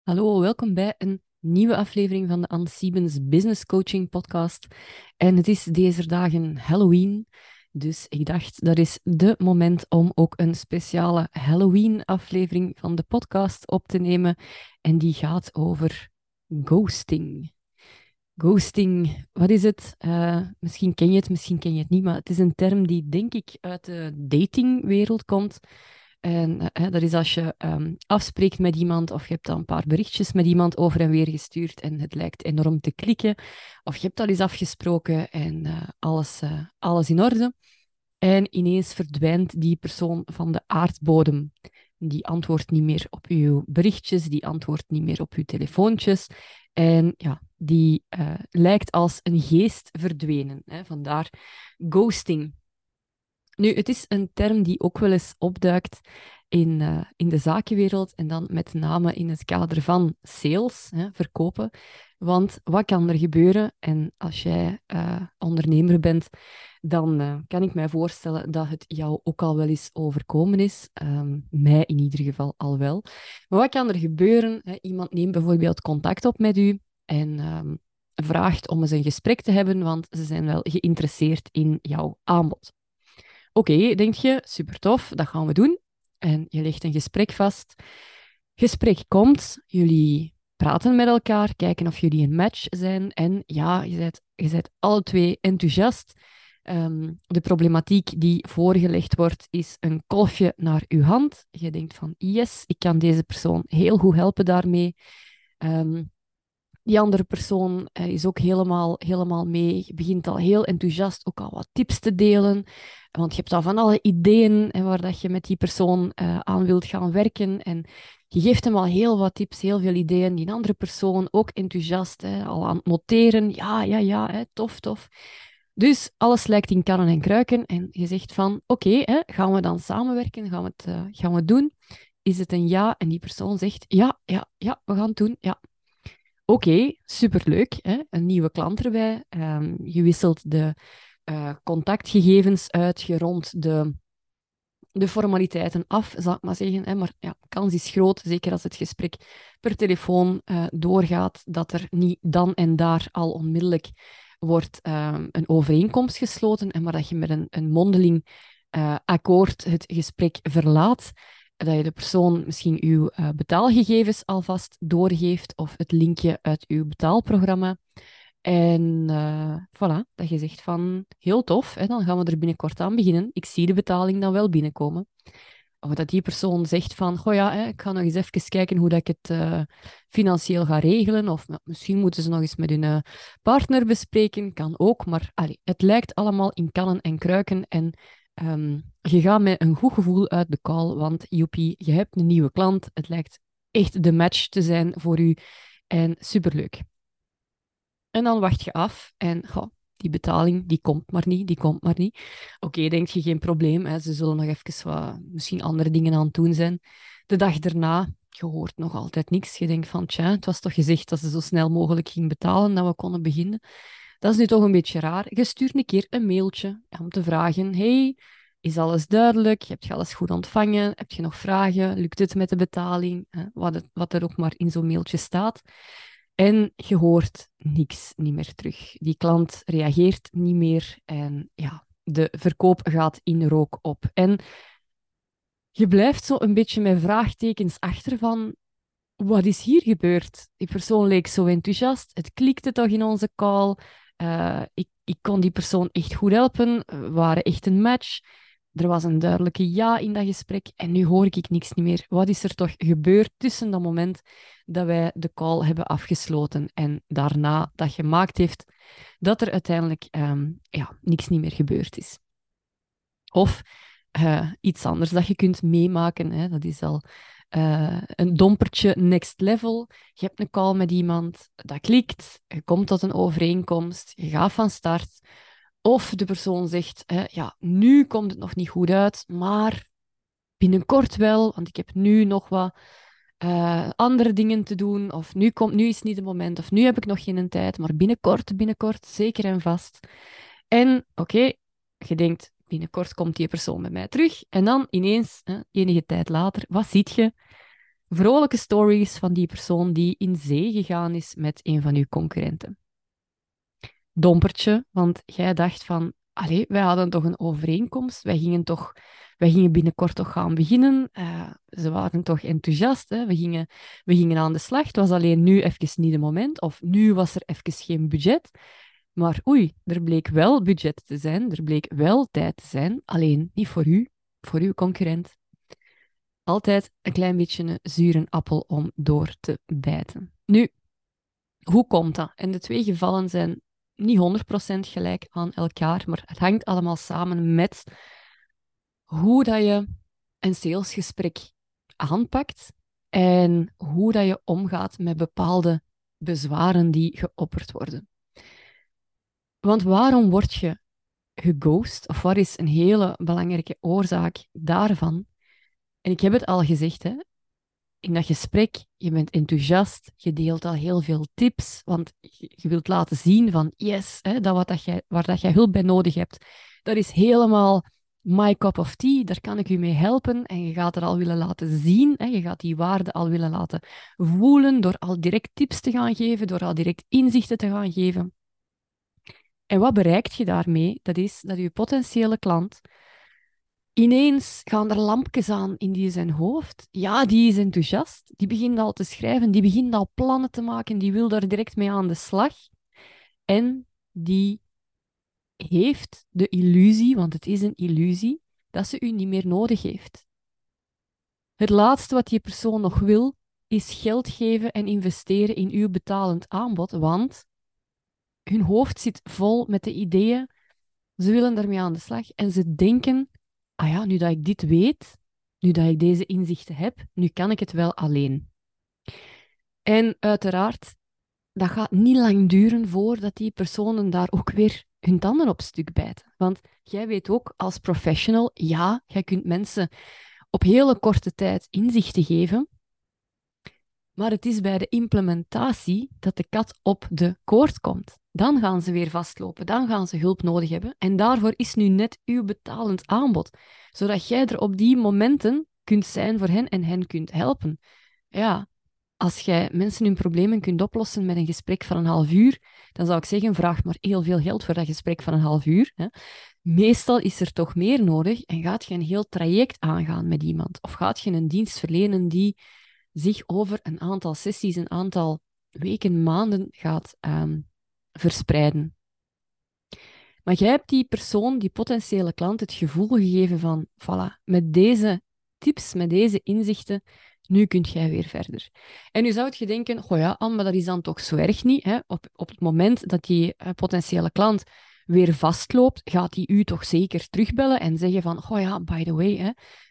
Hallo, welkom bij een nieuwe aflevering van de Anne Siebens Business Coaching Podcast. En het is deze dagen Halloween, dus ik dacht dat is de moment om ook een speciale Halloween-aflevering van de podcast op te nemen. En die gaat over ghosting. Ghosting, wat is het? Misschien ken je het, misschien ken je het niet, maar het is een term die, denk ik, uit de datingwereld komt. En dat is als je afspreekt met iemand of je hebt dan een paar berichtjes met iemand over en weer gestuurd en het lijkt enorm te klikken. Of je hebt al eens afgesproken en alles in orde. En ineens verdwijnt die persoon van de aardbodem. Die antwoordt niet meer op uw berichtjes, die antwoordt niet meer op uw telefoontjes. En ja, die lijkt als een geest verdwenen. Hè. Vandaar ghosting. Nu, het is een term die ook wel eens opduikt in de zakenwereld en dan met name in het kader van sales, hè, verkopen. Want wat kan er gebeuren? En als jij ondernemer bent, dan kan ik mij voorstellen dat het jou ook al wel eens overkomen is. Mij in ieder geval al wel. Maar wat kan er gebeuren? Hè? Iemand neemt bijvoorbeeld contact op met u en vraagt om eens een gesprek te hebben, want ze zijn wel geïnteresseerd in jouw aanbod. Oké, denk je, super tof, dat gaan we doen. En je legt een gesprek vast. Gesprek komt, jullie praten met elkaar, kijken of jullie een match zijn. En ja, je bent alle twee enthousiast. De problematiek die voorgelegd wordt, is een kolfje naar uw hand. Je denkt van, yes, ik kan deze persoon heel goed helpen daarmee. Ehm, die andere persoon is ook helemaal mee. Je begint al heel enthousiast ook al wat tips te delen. Want je hebt al van alle ideeën waar dat je met die persoon aan wilt gaan werken. En je geeft hem al heel wat tips, heel veel ideeën. Die andere persoon ook enthousiast, al aan het noteren. Ja, ja, ja, tof, tof. Dus alles lijkt in kannen en kruiken. En je zegt van, oké, gaan we dan samenwerken? Gaan we het doen? Is het een ja? En die persoon zegt, ja, ja, ja, we gaan het doen. Ja. Oké, superleuk. Hè? Een nieuwe klant erbij. Je wisselt de contactgegevens uit, je rondt de formaliteiten af, zal ik maar zeggen. Hè? Maar ja, kans is groot, zeker als het gesprek per telefoon doorgaat, dat er niet dan en daar al onmiddellijk wordt een overeenkomst gesloten, en maar dat je met een mondeling akkoord het gesprek verlaat, dat je de persoon misschien uw betaalgegevens alvast doorgeeft of het linkje uit uw betaalprogramma. En voilà, dat je zegt van heel tof, hè, dan gaan we er binnenkort aan beginnen. Ik zie de betaling dan wel binnenkomen. Of dat die persoon zegt van, goh ja, hè, ik ga nog eens even kijken hoe dat ik het financieel ga regelen. Of nou, misschien moeten ze nog eens met hun partner bespreken, kan ook. Maar allee, het lijkt allemaal in kannen en kruiken. En je gaat met een goed gevoel uit de call, want joepie, je hebt een nieuwe klant. Het lijkt echt de match te zijn voor u. En superleuk. En dan wacht je af en goh, die betaling, die komt maar niet, die komt maar niet. Oké, denk je, geen probleem. Hè. Ze zullen nog even wat, misschien andere dingen aan het doen zijn. De dag daarna, je hoort nog altijd niks. Je denkt van, tja, het was toch gezegd dat ze zo snel mogelijk ging betalen, dat we konden beginnen. Dat is nu toch een beetje raar. Je stuurt een keer een mailtje om te vragen, hey, is alles duidelijk? Heb je alles goed ontvangen? Heb je nog vragen? Lukt het met de betaling? Wat er ook maar in zo'n mailtje staat. En je hoort niks niet meer terug. Die klant reageert niet meer en ja, de verkoop gaat in rook op. En je blijft zo een beetje met vraagtekens achter van, wat is hier gebeurd? Die persoon leek zo enthousiast, het klikte toch in onze call. Ik kon die persoon echt goed helpen, we waren echt een match. Er was een duidelijke ja in dat gesprek en nu hoor ik niks niet meer. Wat is er toch gebeurd tussen dat moment dat wij de call hebben afgesloten en daarna dat gemaakt heeft dat er uiteindelijk ja, niks niet meer gebeurd is? Of iets anders dat je kunt meemaken, hè, dat is al een dompertje next level. Je hebt een call met iemand, dat klikt, je komt tot een overeenkomst, je gaat van start. Of de persoon zegt, ja, nu komt het nog niet goed uit, maar binnenkort wel, want ik heb nu nog wat andere dingen te doen. Of nu is niet het moment, of nu heb ik nog geen tijd, maar binnenkort, zeker en vast. En oké, je denkt, binnenkort komt die persoon bij mij terug. En dan ineens, enige tijd later, wat ziet je? vrolijke stories van die persoon die in zee gegaan is met een van uw concurrenten. Dompertje, want jij dacht van, allee, wij hadden toch een overeenkomst, wij gingen binnenkort toch gaan beginnen. Ze waren toch enthousiast, hè? We gingen aan de slag. Het was alleen nu even niet het moment, of nu was er even geen budget. Maar oei, er bleek wel budget te zijn, er bleek wel tijd te zijn, alleen niet voor u, voor uw concurrent. Altijd een klein beetje een zure appel om door te bijten. Nu, hoe komt dat? En de twee gevallen zijn niet 100% gelijk aan elkaar, maar het hangt allemaal samen met hoe dat je een salesgesprek aanpakt en hoe dat je omgaat met bepaalde bezwaren die geopperd worden. Want waarom word je geghost? Of wat is een hele belangrijke oorzaak daarvan? En ik heb het al gezegd, hè? In dat gesprek, je bent enthousiast, je deelt al heel veel tips, want je wilt laten zien van yes, hè, waar dat jij hulp bij nodig hebt, dat is helemaal my cup of tea, daar kan ik u mee helpen. En je gaat het al willen laten zien, hè, je gaat die waarde al willen laten voelen door al direct tips te gaan geven, door al direct inzichten te gaan geven. En wat bereikt je daarmee? Dat is dat je potentiële klant ineens gaan er lampjes aan in zijn hoofd. Ja, die is enthousiast. Die begint al te schrijven. Die begint al plannen te maken. Die wil daar direct mee aan de slag. En die heeft de illusie, want het is een illusie, dat ze u niet meer nodig heeft. Het laatste wat die persoon nog wil, is geld geven en investeren in uw betalend aanbod, want hun hoofd zit vol met de ideeën. Ze willen daarmee aan de slag en ze denken, ah ja, nu dat ik dit weet, nu dat ik deze inzichten heb, nu kan ik het wel alleen. En uiteraard, dat gaat niet lang duren voordat die personen daar ook weer hun tanden op stuk bijten. Want jij weet ook als professional, ja, jij kunt mensen op hele korte tijd inzichten geven, maar het is bij de implementatie dat de kat op de koord komt. Dan gaan ze weer vastlopen, dan gaan ze hulp nodig hebben. En daarvoor is nu net uw betalend aanbod, zodat jij er op die momenten kunt zijn voor hen en hen kunt helpen. Ja, als jij mensen hun problemen kunt oplossen met een gesprek van een half uur, dan zou ik zeggen, vraag maar heel veel geld voor dat gesprek van een half uur. Hè. Meestal is er toch meer nodig en gaat je een heel traject aangaan met iemand. Of gaat je een dienst verlenen die zich over een aantal sessies, een aantal weken, maanden gaat verspreiden. Maar jij hebt die persoon, die potentiële klant, het gevoel gegeven van, voilà, met deze tips, met deze inzichten, nu kunt jij weer verder. En nu zou je denken, goh ja, Anne, maar dat is dan toch zo erg niet. Hè? Op het moment dat die potentiële klant weer vastloopt, gaat hij u toch zeker terugbellen en zeggen van, goh ja, by the way, hè,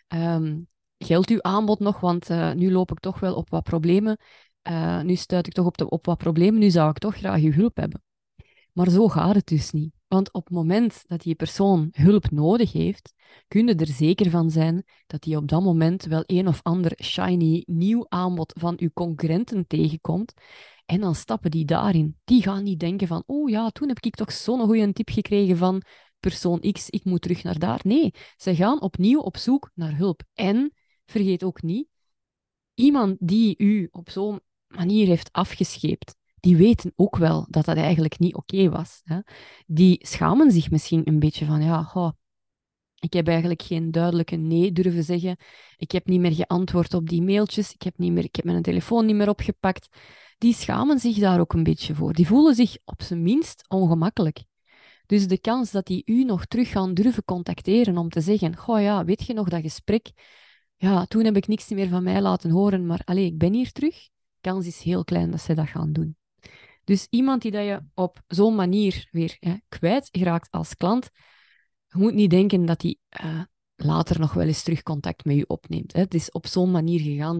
geldt uw aanbod nog, want nu loop ik toch wel op wat problemen. Nu stuit ik toch op wat problemen, nu zou ik toch graag uw hulp hebben. Maar zo gaat het dus niet. Want op het moment dat die persoon hulp nodig heeft, kun je er zeker van zijn dat die op dat moment wel een of ander shiny nieuw aanbod van uw concurrenten tegenkomt. En dan stappen die daarin. Die gaan niet denken van, oh ja, toen heb ik toch zo'n goede tip gekregen van persoon X, ik moet terug naar daar. Nee, ze gaan opnieuw op zoek naar hulp. En vergeet ook niet, iemand die u op zo'n manier heeft afgescheept, die weten ook wel dat dat eigenlijk niet oké was. Hè. Die schamen zich misschien een beetje van, ja, goh, ik heb eigenlijk geen duidelijke nee durven zeggen. Ik heb niet meer geantwoord op die mailtjes. Ik heb mijn telefoon niet meer opgepakt. Die schamen zich daar ook een beetje voor. Die voelen zich op zijn minst ongemakkelijk. Dus de kans dat die u nog terug gaan durven contacteren om te zeggen, goh ja, weet je nog dat gesprek? Ja, toen heb ik niks meer van mij laten horen, maar allee, ik ben hier terug. De kans is heel klein dat ze dat gaan doen. Dus iemand die dat je op zo'n manier weer kwijt geraakt als klant, je moet niet denken dat die later nog wel eens terug contact met je opneemt. Hè. Het is op zo'n manier gegaan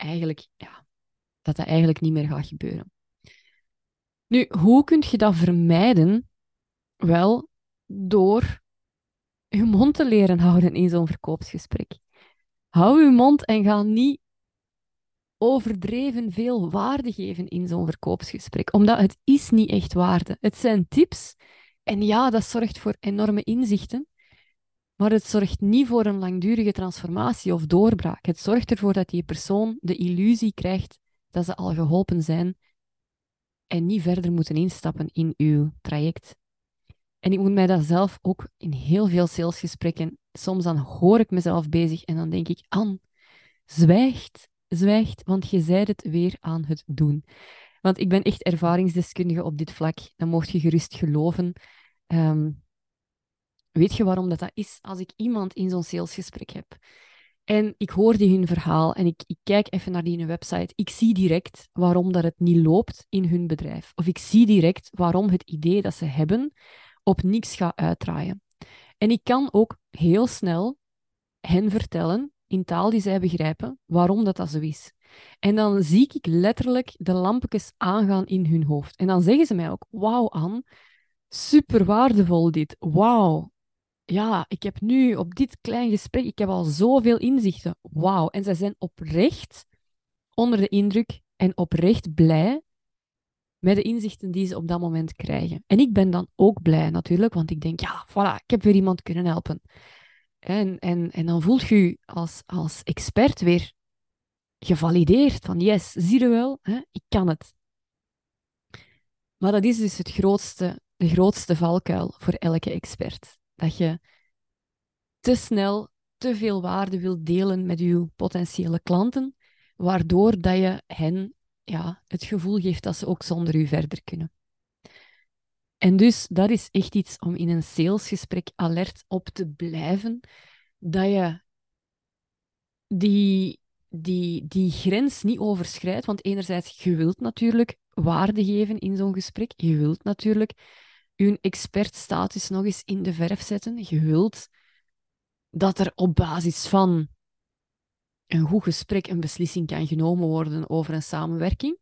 dat eigenlijk niet meer gaat gebeuren. Nu, hoe kun je dat vermijden? Wel, door je mond te leren houden in zo'n verkoopsgesprek. Hou je mond en ga niet overdreven veel waarde geven in zo'n verkoopsgesprek, omdat het is niet echt waarde. Het zijn tips en ja, dat zorgt voor enorme inzichten, Maar het zorgt niet voor een langdurige transformatie of doorbraak. Het zorgt ervoor dat die persoon de illusie krijgt dat ze al geholpen zijn en niet verder moeten instappen in uw traject. En ik moet mij dat zelf ook in heel veel salesgesprekken, soms dan hoor ik mezelf bezig en dan denk ik, Anne, zwijgt, want je zijt het weer aan het doen. Want ik ben echt ervaringsdeskundige op dit vlak. Dan mocht je gerust geloven. Weet je waarom dat is? Als ik iemand in zo'n salesgesprek heb en ik hoor die hun verhaal en ik kijk even naar die hun website, ik zie direct waarom dat het niet loopt in hun bedrijf. Of ik zie direct waarom het idee dat ze hebben op niks gaat uitdraaien. En ik kan ook heel snel hen vertellen, in taal die zij begrijpen, waarom dat zo is. En dan zie ik letterlijk de lampjes aangaan in hun hoofd. En dan zeggen ze mij ook, wauw Anne, super waardevol dit. Wauw. Ja, ik heb nu op dit klein gesprek, ik heb al zoveel inzichten. Wauw. En zij zijn oprecht onder de indruk en oprecht blij met de inzichten die ze op dat moment krijgen. En ik ben dan ook blij natuurlijk, want ik denk, ja, voilà, ik heb weer iemand kunnen helpen. En dan voelt je je als expert weer gevalideerd van, yes, zie je wel, hè, ik kan het. Maar dat is dus de grootste valkuil voor elke expert. Dat je te snel te veel waarde wilt delen met je potentiële klanten, waardoor dat je hen het gevoel geeft dat ze ook zonder u verder kunnen. En dus dat is echt iets om in een salesgesprek alert op te blijven, dat je die grens niet overschrijdt. Want enerzijds, je wilt natuurlijk waarde geven in zo'n gesprek. Je wilt natuurlijk je expertstatus nog eens in de verf zetten. Je wilt dat er op basis van een goed gesprek een beslissing kan genomen worden over een samenwerking.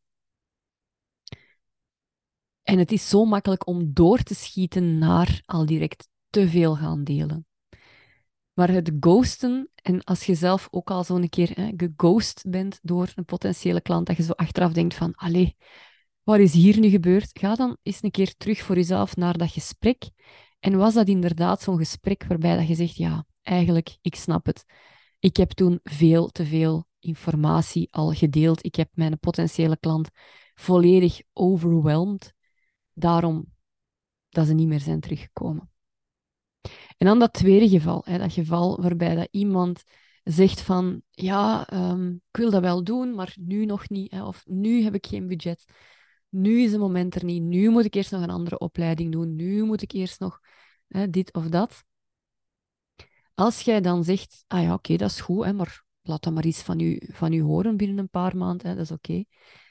En het is zo makkelijk om door te schieten naar al direct te veel gaan delen. Maar het ghosten, en als je zelf ook al zo'n keer geghost bent door een potentiële klant, dat je zo achteraf denkt van, allee, wat is hier nu gebeurd? Ga dan eens een keer terug voor jezelf naar dat gesprek. En was dat inderdaad zo'n gesprek waarbij dat je zegt, ja, eigenlijk, ik snap het. Ik heb toen veel te veel informatie al gedeeld. Ik heb mijn potentiële klant volledig overwhelmed. Daarom dat ze niet meer zijn teruggekomen. En dan dat tweede geval, dat geval waarbij dat iemand zegt van, ja, ik wil dat wel doen, maar nu nog niet, of nu heb ik geen budget, nu is het moment er niet, nu moet ik eerst nog een andere opleiding doen, nu moet ik eerst nog dit of dat. Als jij dan zegt, ah ja, oké, dat is goed, maar laat dat maar iets van u horen binnen een paar maanden, dat is oké.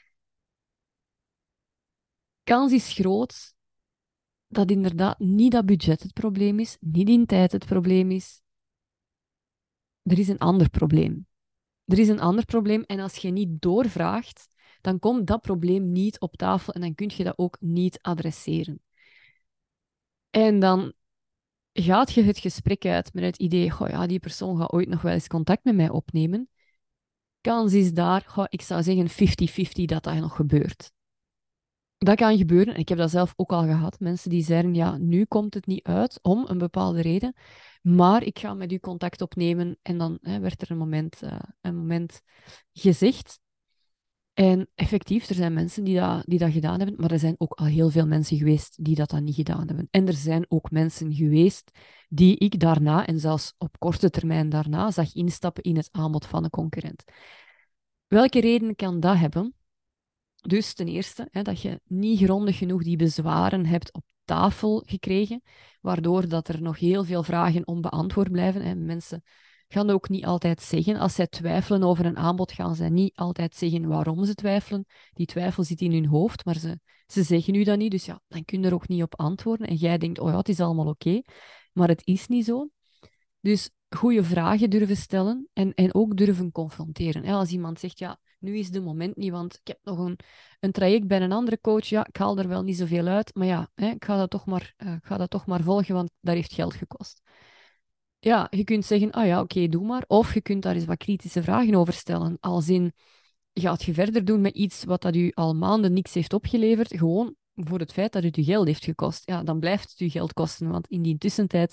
Kans is groot dat inderdaad niet dat budget het probleem is, niet in tijd het probleem is. Er is een ander probleem. Er is een ander probleem en als je niet doorvraagt, dan komt dat probleem niet op tafel en dan kun je dat ook niet adresseren. En dan gaat je het gesprek uit met het idee, goh, ja, die persoon gaat ooit nog wel eens contact met mij opnemen. Kans is daar, goh, ik zou zeggen 50-50 dat dat nog gebeurt. Dat kan gebeuren. Ik heb dat zelf ook al gehad. Mensen die zeggen, ja, nu komt het niet uit om een bepaalde reden, maar ik ga met u contact opnemen. En dan werd er een moment gezegd. En effectief, er zijn mensen die dat gedaan hebben, maar er zijn ook al heel veel mensen geweest die dat dan niet gedaan hebben. En er zijn ook mensen geweest die ik daarna, en zelfs op korte termijn daarna, zag instappen in het aanbod van een concurrent. Welke reden kan dat hebben? Dus ten eerste, dat je niet grondig genoeg die bezwaren hebt op tafel gekregen, waardoor dat er nog heel veel vragen onbeantwoord blijven. Mensen gaan ook niet altijd zeggen, als zij twijfelen over een aanbod, gaan zij niet altijd zeggen waarom ze twijfelen. Die twijfel zit in hun hoofd, maar ze zeggen u dat niet, dus ja, dan kun je er ook niet op antwoorden. En jij denkt, oh ja, het is allemaal oké, maar het is niet zo. Dus goede vragen durven stellen en ook durven confronteren. Als iemand zegt, ja, nu is het moment niet, want ik heb nog een traject bij een andere coach. Ja, ik haal er wel niet zoveel uit, maar ja, ik ga dat toch maar volgen, want dat heeft geld gekost. Ja, je kunt zeggen, ah ja, oké, doe maar. Of je kunt daar eens wat kritische vragen over stellen. Als in, gaat je verder doen met iets wat dat u al maanden niks heeft opgeleverd, gewoon voor het feit dat het u geld heeft gekost. Ja, dan blijft het u geld kosten, want in die tussentijd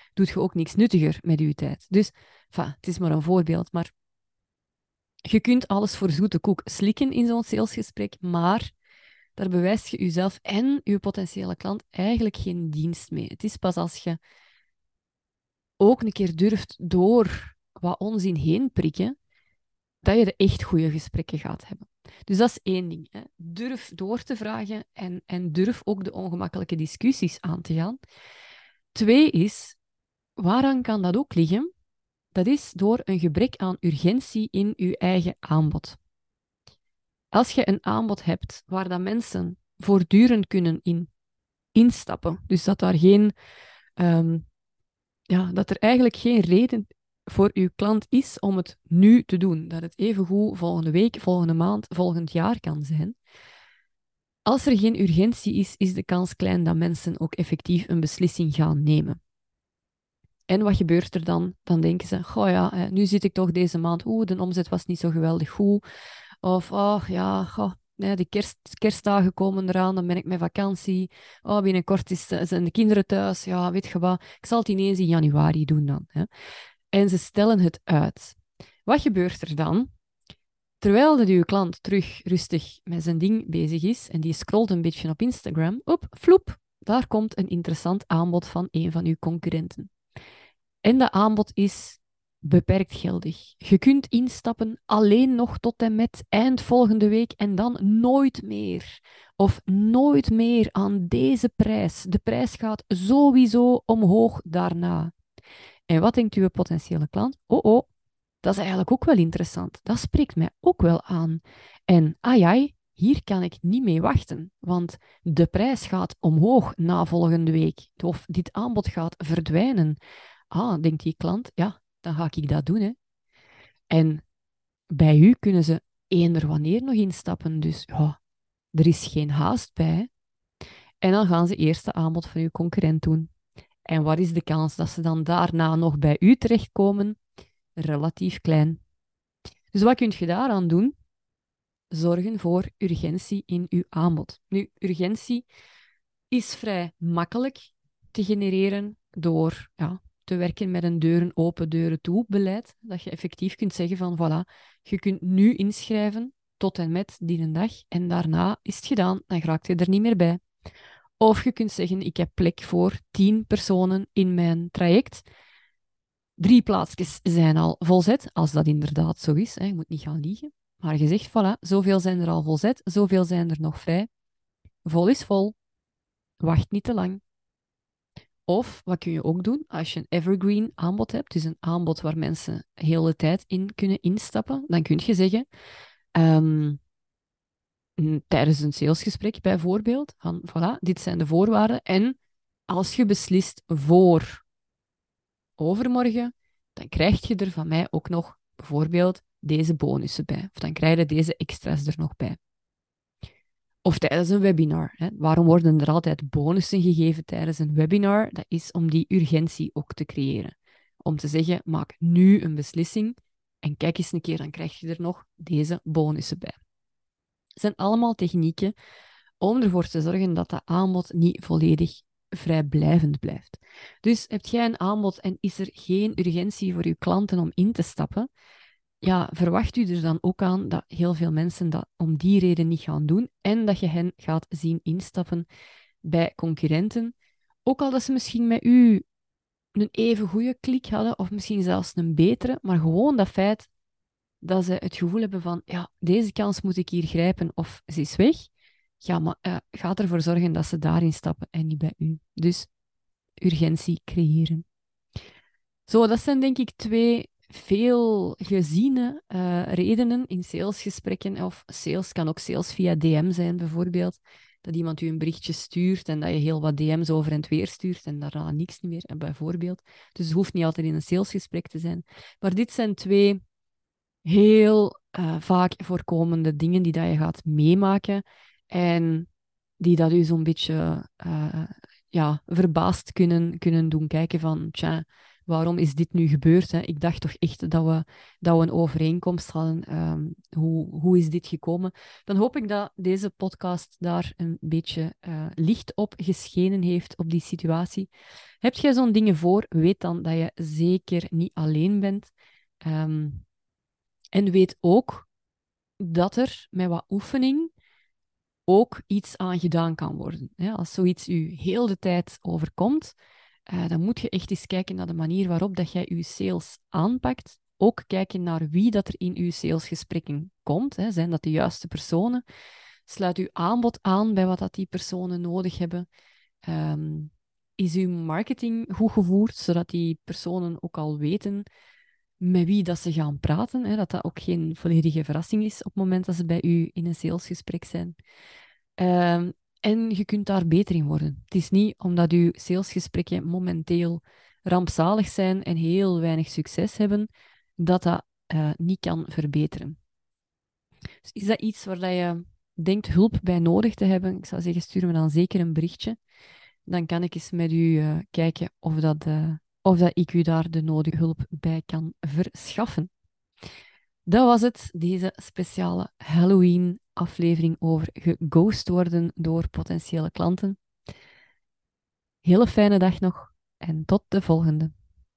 doet je ook niks nuttiger met je tijd. Dus, het is maar een voorbeeld, maar je kunt alles voor zoete koek slikken in zo'n salesgesprek, maar daar bewijst je jezelf en je potentiële klant eigenlijk geen dienst mee. Het is pas als je ook een keer durft door wat onzin heen prikken, dat je de echt goede gesprekken gaat hebben. Dus dat is één ding. Hè. Durf door te vragen en durf ook de ongemakkelijke discussies aan te gaan. 2 is, waaraan kan dat ook liggen? Dat is door een gebrek aan urgentie in je eigen aanbod. Als je een aanbod hebt waar dat mensen voortdurend kunnen instappen, dus dat daar dat er eigenlijk geen reden voor uw klant is om het nu te doen. Dat het evengoed volgende week, volgende maand, volgend jaar kan zijn. Als er geen urgentie is, is de kans klein dat mensen ook effectief een beslissing gaan nemen. En wat gebeurt er dan? Dan denken ze, goh ja, nu zit ik toch deze maand, de omzet was niet zo geweldig goed. Of, de kerstdagen komen eraan, dan ben ik met vakantie. Oh, binnenkort zijn de kinderen thuis. Ja, weet je wat, ik zal het ineens in januari doen dan. Hè. En ze stellen het uit. Wat gebeurt er dan? Terwijl dat uw klant terug rustig met zijn ding bezig is en die scrolt een beetje op Instagram, floep, daar komt een interessant aanbod van een van uw concurrenten. En dat aanbod is beperkt geldig. Je kunt instappen alleen nog tot en met eind volgende week en dan nooit meer. Of nooit meer aan deze prijs. De prijs gaat sowieso omhoog daarna. En wat denkt uw potentiële klant? Dat is eigenlijk ook wel interessant. Dat spreekt mij ook wel aan. En ai, hier kan ik niet mee wachten, want de prijs gaat omhoog na volgende week. Of dit aanbod gaat verdwijnen. Denkt die klant, ja, dan ga ik dat doen. Hè. En bij u kunnen ze eender wanneer nog instappen. Dus ja, er is geen haast bij. En dan gaan ze eerst het aanbod van uw concurrent doen. En wat is de kans dat ze dan daarna nog bij u terechtkomen? Relatief klein. Dus wat kun je daaraan doen? Zorgen voor urgentie in uw aanbod. Nu, urgentie is vrij makkelijk te genereren door te werken met een deuren open, deuren toe beleid. Dat je effectief kunt zeggen van voilà, je kunt nu inschrijven tot en met die een dag en daarna is het gedaan, dan raakt je er niet meer bij. Of je kunt zeggen, ik heb plek voor 10 personen in mijn traject. 3 plaatsjes zijn al volzet, als dat inderdaad zo is. Hè. Je moet niet gaan liegen. Maar je zegt, voilà, zoveel zijn er al volzet, zoveel zijn er nog vrij. Vol is vol. Wacht niet te lang. Of, wat kun je ook doen, als je een evergreen aanbod hebt, dus een aanbod waar mensen de hele tijd in kunnen instappen, dan kun je zeggen, tijdens een salesgesprek bijvoorbeeld, van, voilà, dit zijn de voorwaarden. En als je beslist voor overmorgen, dan krijg je er van mij ook nog bijvoorbeeld deze bonussen bij. Of dan krijg je deze extra's er nog bij. Of tijdens een webinar. Hè. Waarom worden er altijd bonussen gegeven tijdens een webinar? Dat is om die urgentie ook te creëren. Om te zeggen, maak nu een beslissing en kijk eens een keer, dan krijg je er nog deze bonussen bij. Het zijn allemaal technieken om ervoor te zorgen dat dat aanbod niet volledig vrijblijvend blijft. Dus heb jij een aanbod en is er geen urgentie voor je klanten om in te stappen, ja, verwacht u er dan ook aan dat heel veel mensen dat om die reden niet gaan doen en dat je hen gaat zien instappen bij concurrenten. Ook al dat ze misschien met u een even goede klik hadden of misschien zelfs een betere, maar gewoon dat feit dat ze het gevoel hebben van ja, deze kans moet ik hier grijpen of ze is weg. Ja, maar ga ervoor zorgen dat ze daarin stappen en niet bij u. Dus urgentie creëren. Zo, dat zijn denk ik 2 veel geziene redenen in salesgesprekken. Of sales kan ook sales via DM zijn, bijvoorbeeld. Dat iemand u een berichtje stuurt en dat je heel wat DM's over en weer stuurt en daarna niks meer, bijvoorbeeld. Dus het hoeft niet altijd in een salesgesprek te zijn. Maar dit zijn 2 heel vaak voorkomende dingen die dat je gaat meemaken en die dat u zo'n beetje verbaasd kunnen doen kijken van, tja, waarom is dit nu gebeurd? Hè? Ik dacht toch echt dat we een overeenkomst hadden. Hoe is dit gekomen? Dan hoop ik dat deze podcast daar een beetje licht op geschenen heeft op die situatie. Heb jij zo'n dingen voor? Weet dan dat je zeker niet alleen bent. En weet ook dat er met wat oefening ook iets aan gedaan kan worden. Als zoiets u heel de tijd overkomt, dan moet je echt eens kijken naar de manier waarop dat jij je sales aanpakt. Ook kijken naar wie dat er in uw salesgesprekken komt. Zijn dat de juiste personen? Sluit uw aanbod aan bij wat dat die personen nodig hebben. Is uw marketing goed gevoerd, zodat die personen ook al weten met wie dat ze gaan praten, dat dat ook geen volledige verrassing is op het moment dat ze bij u in een salesgesprek zijn. En je kunt daar beter in worden. Het is niet omdat uw salesgesprekken momenteel rampzalig zijn en heel weinig succes hebben, dat dat niet kan verbeteren. Dus is dat iets waar dat je denkt hulp bij nodig te hebben? Ik zou zeggen, stuur me dan zeker een berichtje. Dan kan ik eens met u kijken of dat ik u daar de nodige hulp bij kan verschaffen. Dat was het, deze speciale Halloween-aflevering over geghost worden door potentiële klanten. Hele fijne dag nog en tot de volgende.